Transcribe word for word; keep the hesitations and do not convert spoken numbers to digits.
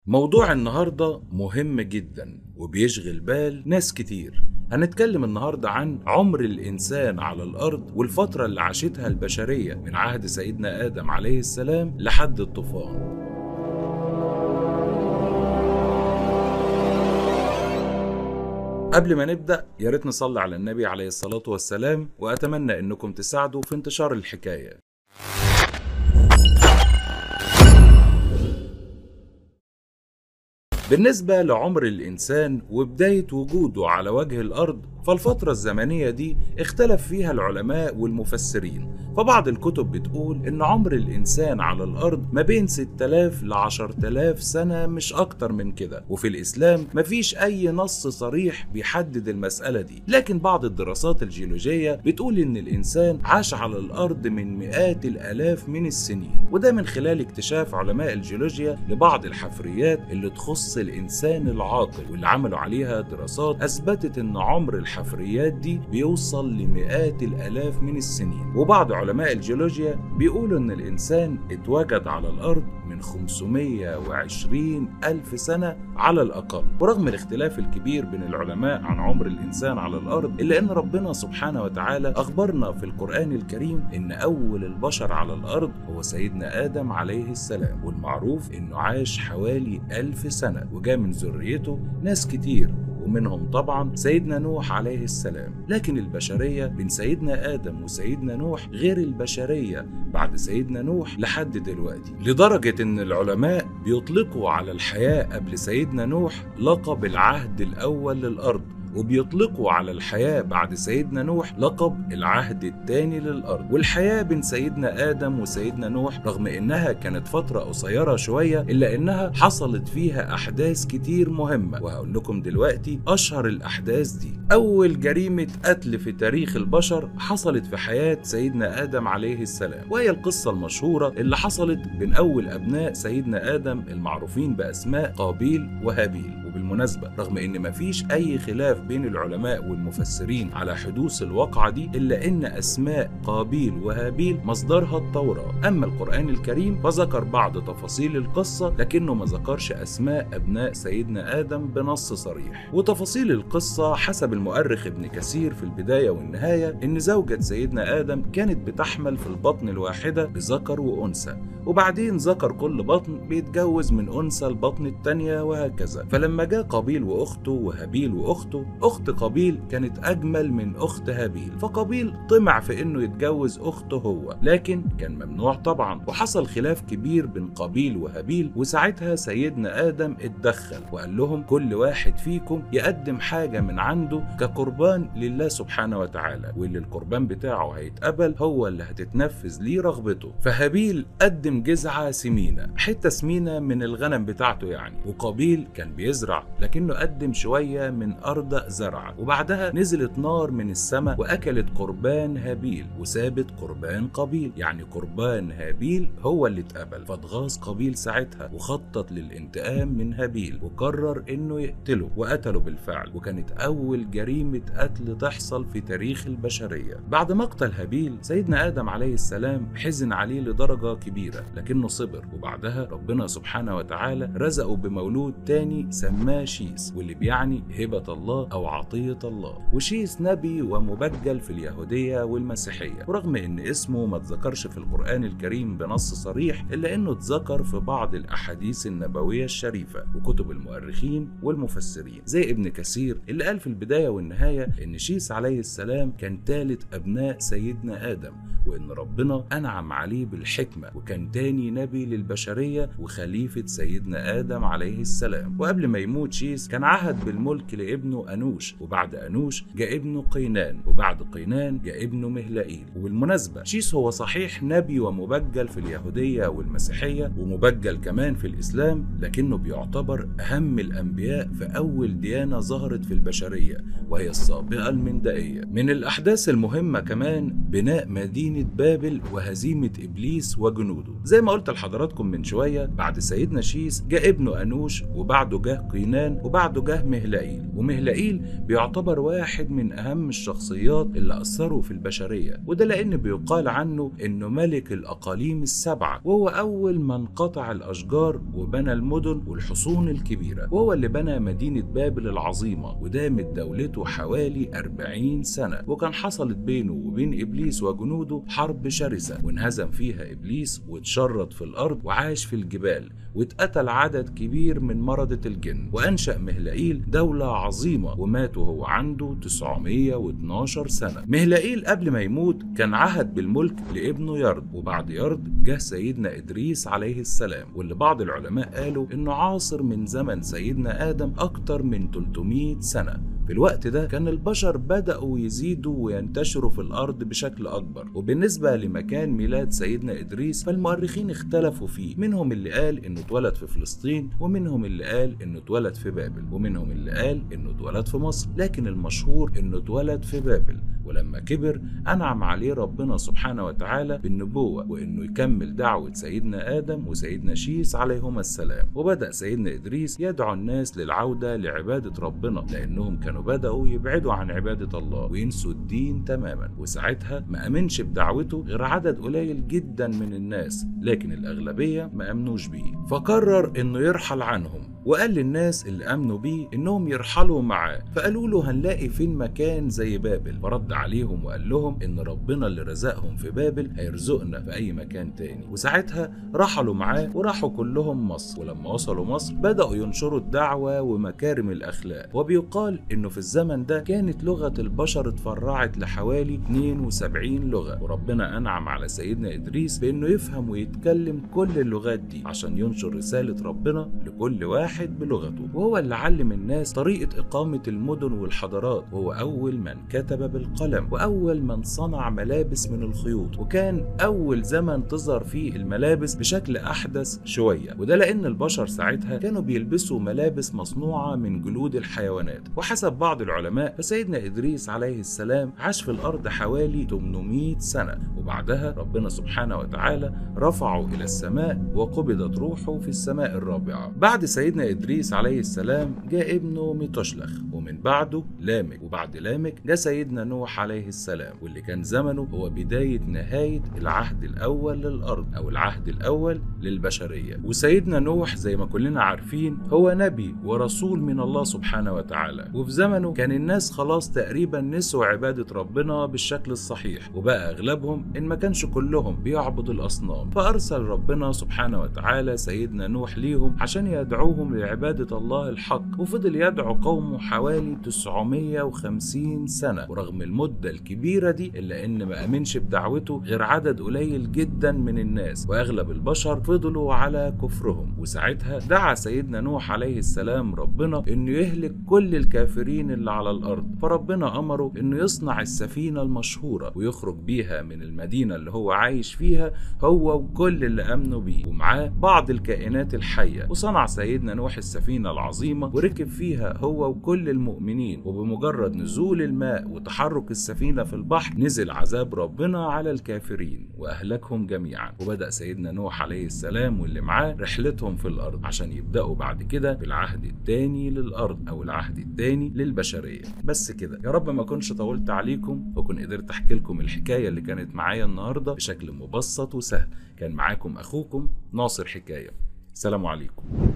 موضوع النهاردة مهم جدا وبيشغل بال ناس كتير. هنتكلم النهاردة عن عمر الإنسان على الأرض والفترة اللي عاشتها البشرية من عهد سيدنا آدم عليه السلام لحد الطوفان. قبل ما نبدأ يا ريت نصلي على النبي عليه الصلاة والسلام، وأتمنى إنكم تساعدوا في انتشار الحكاية. بالنسبة لعمر الإنسان وبداية وجوده على وجه الأرض، فالفترة الزمنية دي اختلف فيها العلماء والمفسرين. فبعض الكتب بتقول إن عمر الإنسان على الأرض ما بين ستة آلاف ل عشرة آلاف سنة، مش أكتر من كده. وفي الإسلام مفيش أي نص صريح بيحدد المسألة دي، لكن بعض الدراسات الجيولوجية بتقول إن الإنسان عاش على الأرض من مئات الآلاف من السنين، وده من خلال اكتشاف علماء الجيولوجيا لبعض الحفريات اللي تخص الإنسان العاقل، واللي عملوا عليها دراسات أثبتت إن عمر الحفريات دي بيوصل لمئات الآلاف من السنين. وبعض علماء الجيولوجيا بيقولوا إن الإنسان اتوجد على الأرض من خمسمائة وعشرين ألف سنة على الأقل. ورغم الاختلاف الكبير بين العلماء عن عمر الإنسان على الأرض، إلا أن ربنا سبحانه وتعالى أخبرنا في القرآن الكريم إن أول البشر على الأرض هو سيدنا آدم عليه السلام، والمعروف إنه عاش حوالي ألف سنة، وجاء من ذريته ناس كتير، ومنهم طبعا سيدنا نوح عليه السلام. لكن البشرية بين سيدنا آدم وسيدنا نوح غير البشرية بعد سيدنا نوح لحد دلوقتي، لدرجة ان العلماء بيطلقوا على الحياة قبل سيدنا نوح لقب العهد الأول للأرض، وبيطلقوا على الحياة بعد سيدنا نوح لقب العهد الثاني للأرض. والحياة بين سيدنا آدم وسيدنا نوح رغم إنها كانت فترة قصيرة شوية، إلا إنها حصلت فيها أحداث كتير مهمة، وهقول لكم دلوقتي أشهر الأحداث دي. أول جريمة قتل في تاريخ البشر حصلت في حياة سيدنا آدم عليه السلام، وهي القصة المشهورة اللي حصلت بين أول أبناء سيدنا آدم المعروفين بأسماء قابيل وهابيل. وبالمناسبة رغم إن مفيش أي خلاف بين العلماء والمفسرين على حدوث الواقعة دي، إلا إن أسماء قابيل وهابيل مصدرها التوراة. أما القرآن الكريم فذكر بعض تفاصيل القصة، لكنه ما ذكرش أسماء أبناء سيدنا آدم بنص صريح. وتفاصيل القصة حسب المؤرخ ابن كثير في البداية والنهاية إن زوجة سيدنا آدم كانت بتحمل في البطن الواحدة بذكر وأنثى، وبعدين ذكر كل بطن بيتجوز من أنثى البطن التانية وهكذا. فلما جاء قابيل وأخته وهابيل وأخته، أخت قابيل كانت أجمل من أخت هابيل، فقابيل طمع في إنه يتجوز أخته هو، لكن كان ممنوع طبعا. وحصل خلاف كبير بين قابيل وهابيل، وساعتها سيدنا آدم اتدخل وقال لهم كل واحد فيكم يقدم حاجة من عنده كقربان لله سبحانه وتعالى، واللي القربان بتاعه هيتقبل هو اللي هتتنفذ ليه رغبته. فهابيل قدم جذعة سمينة، حتة سمينة من الغنم بتاعته يعني، وقابيل كان بيزرع لكنه قدم شوية من أرض زرع. وبعدها نزلت نار من السماء وأكلت قربان هابيل وسابت قربان قابيل، يعني قربان هابيل هو اللي اتقبل. فاتغاظ قابيل ساعتها وخطط للانتقام من هابيل، وقرر إنه يقتله، وقتله بالفعل. وكانت أول جريمة قتل تحصل في تاريخ البشرية. بعد مقتل هابيل سيدنا آدم عليه السلام حزن عليه لدرجة كبيرة، لكنه صبر. وبعدها ربنا سبحانه وتعالى رزقه بمولود تاني سماه شيس، واللي بيعني هبة الله أو عطية الله. وشيس نبي ومبجل في اليهودية والمسيحية، ورغم إن اسمه ما اتذكرش في القرآن الكريم بنص صريح، إلا إنه اتذكر في بعض الأحاديث النبوية الشريفة وكتب المؤرخين والمفسرين، زي ابن كثير اللي قال في البداية والنهاية إن شيس عليه السلام كان ثالث أبناء سيدنا آدم، وإن ربنا أنعم عليه بالحكمة، وكان تاني نبي للبشرية وخليفة سيدنا آدم عليه السلام. وقبل ما يموت شيس كان عهد بالملك لابنه أنوش، وبعد أنوش جاء ابنه قينان، وبعد قينان جاء ابنه مهلائيل. وبالمناسبة شيس هو صحيح نبي ومبجل في اليهودية والمسيحية، ومبجل كمان في الإسلام، لكنه بيعتبر أهم الأنبياء في أول ديانة ظهرت في البشرية، وهي السابقة المندائية. من الأحداث المهمة كمان بناء مدينة مدينة بابل وهزيمة إبليس وجنوده. زي ما قلت لحضراتكم من شوية، بعد سيدنا شيس جاء ابنه أنوش، وبعده جه قينان، وبعده جه مهلائيل. ومهلائيل بيعتبر واحد من أهم الشخصيات اللي أثروا في البشرية، وده لأن بيقال عنه إنه ملك الأقاليم السبعة، وهو أول من قطع الأشجار وبنى المدن والحصون الكبيرة، وهو اللي بنى مدينة بابل العظيمة، ودامت دولته حوالي أربعين سنة، وكان حصلت بينه وبين إبليس وجنوده حرب شرسة، وانهزم فيها إبليس واتشرد في الأرض وعاش في الجبال، واتقتل عدد كبير من مرضة الجن. وأنشأ مهلائيل دولة عظيمة، ومات وهو عنده تسعمية واتناشر سنة. مهلائيل قبل ما يموت كان عهد بالملك لابنه يرد، وبعد يرد جه سيدنا إدريس عليه السلام، واللي بعض العلماء قالوا إنه عاصر من زمن سيدنا آدم أكتر من تلتمية سنة. في الوقت ده كان البشر بدأوا يزيدوا وينتشروا في الأرض بشكل أكبر. وبالنسبة لمكان ميلاد سيدنا إدريس فالمؤرخين اختلفوا فيه، منهم اللي قال إنه اتولد في فلسطين، ومنهم اللي قال إنه اتولد في بابل، ومنهم اللي قال إنه اتولد في مصر، لكن المشهور إنه اتولد في بابل. ولما كبر أنعم عليه ربنا سبحانه وتعالى بالنبوة، وإنه يكمل دعوة سيدنا آدم وسيدنا شيس عليهما السلام. وبدأ سيدنا إدريس يدعو الناس للعودة لعبادة ربنا، لأنهم كانوا بدأوا يبعدوا عن عبادة الله وينسوا الدين تماما. وساعتها ما أمنش بدعوته غير عدد قليل جدا من الناس، لكن الأغلبية ما أمنوش بيه، فقرر إنه يرحل عنهم، وقال للناس اللي آمنوا بيه إنهم يرحلوا معاه. فقالوا له هنلاقي فين مكان زي بابل؟ فرد عليهم وقال لهم إن ربنا اللي رزقهم في بابل هيرزقنا في أي مكان تاني. وساعتها رحلوا معاه وراحوا كلهم مصر. ولما وصلوا مصر بدأوا ينشروا الدعوة ومكارم الأخلاق. وبيقال إنه في الزمن ده كانت لغة البشر اتفرعت لحوالي اتنين وسبعين لغة، وربنا أنعم على سيدنا إدريس بإنه يفهم ويتكلم كل اللغات دي عشان ينشر رسالة ربنا لكل واحد بلغته. وهو اللي علم الناس طريقة إقامة المدن والحضارات، وهو أول من كتب بالقلم، وأول من صنع ملابس من الخيوط، وكان أول زمن تظهر فيه الملابس بشكل أحدث شوية، وده لأن البشر ساعتها كانوا بيلبسوا ملابس مصنوعة من جلود الحيوانات. وحسب بعض العلماء فسيدنا إدريس عليه السلام عاش في الأرض حوالي تمنمية سنة، وبعدها ربنا سبحانه وتعالى رفعه إلى السماء وقبضت روحه في السماء الرابعة. بعد سيدنا إدريس عليه السلام جاء ابنه ميتوشلخ، ومن بعده لامك، وبعد لامك جاء سيدنا نوح عليه السلام، واللي كان زمنه هو بداية نهاية العهد الأول للأرض أو العهد الأول للبشرية. وسيدنا نوح زي ما كلنا عارفين هو نبي ورسول من الله سبحانه وتعالى، وفي زمنه كان الناس خلاص تقريبا نسوا عبادة ربنا بالشكل الصحيح، وبقى أغلبهم إن ما كانش كلهم بيعبدوا الأصنام. فأرسل ربنا سبحانه وتعالى سيدنا نوح ليهم عشان يدعوهم لعبادة الله الحق، وفضل يدعو قومه حوالي تسعمية وخمسين سنة. ورغم المدة الكبيرة دي إلا إن ما أمنش بدعوته غير عدد قليل جدا من الناس، وأغلب البشر فضلوا على كفرهم. وساعتها دعا سيدنا نوح عليه السلام ربنا إنه يهلك كل الكافرين اللي على الأرض. فربنا أمره إنه يصنع السفينة المشهورة ويخرج بيها من المدينة اللي هو عايش فيها هو وكل اللي أمنوا بيه، ومعاه بعض الكائنات الحية. وصنع سيدنا نوح السفينة العظيمة وركب فيها هو وكل المؤمنين، وبمجرد نزول الماء وتحرك السفينة في البحر نزل عذاب ربنا على الكافرين وأهلكهم جميعا. وبدأ سيدنا نوح عليه السلام واللي معاه رحلتهم في الأرض عشان يبدأوا بعد كده بالعهد الثاني للأرض أو العهد الثاني للبشرية. بس كده، يا رب ما كنتش طولت عليكم وكن قدرت أحكي لكم الحكاية اللي كانت معايا النهاردة بشكل مبسط وسهل. كان معاكم أخوكم ناصر حكاية. السلام عليكم.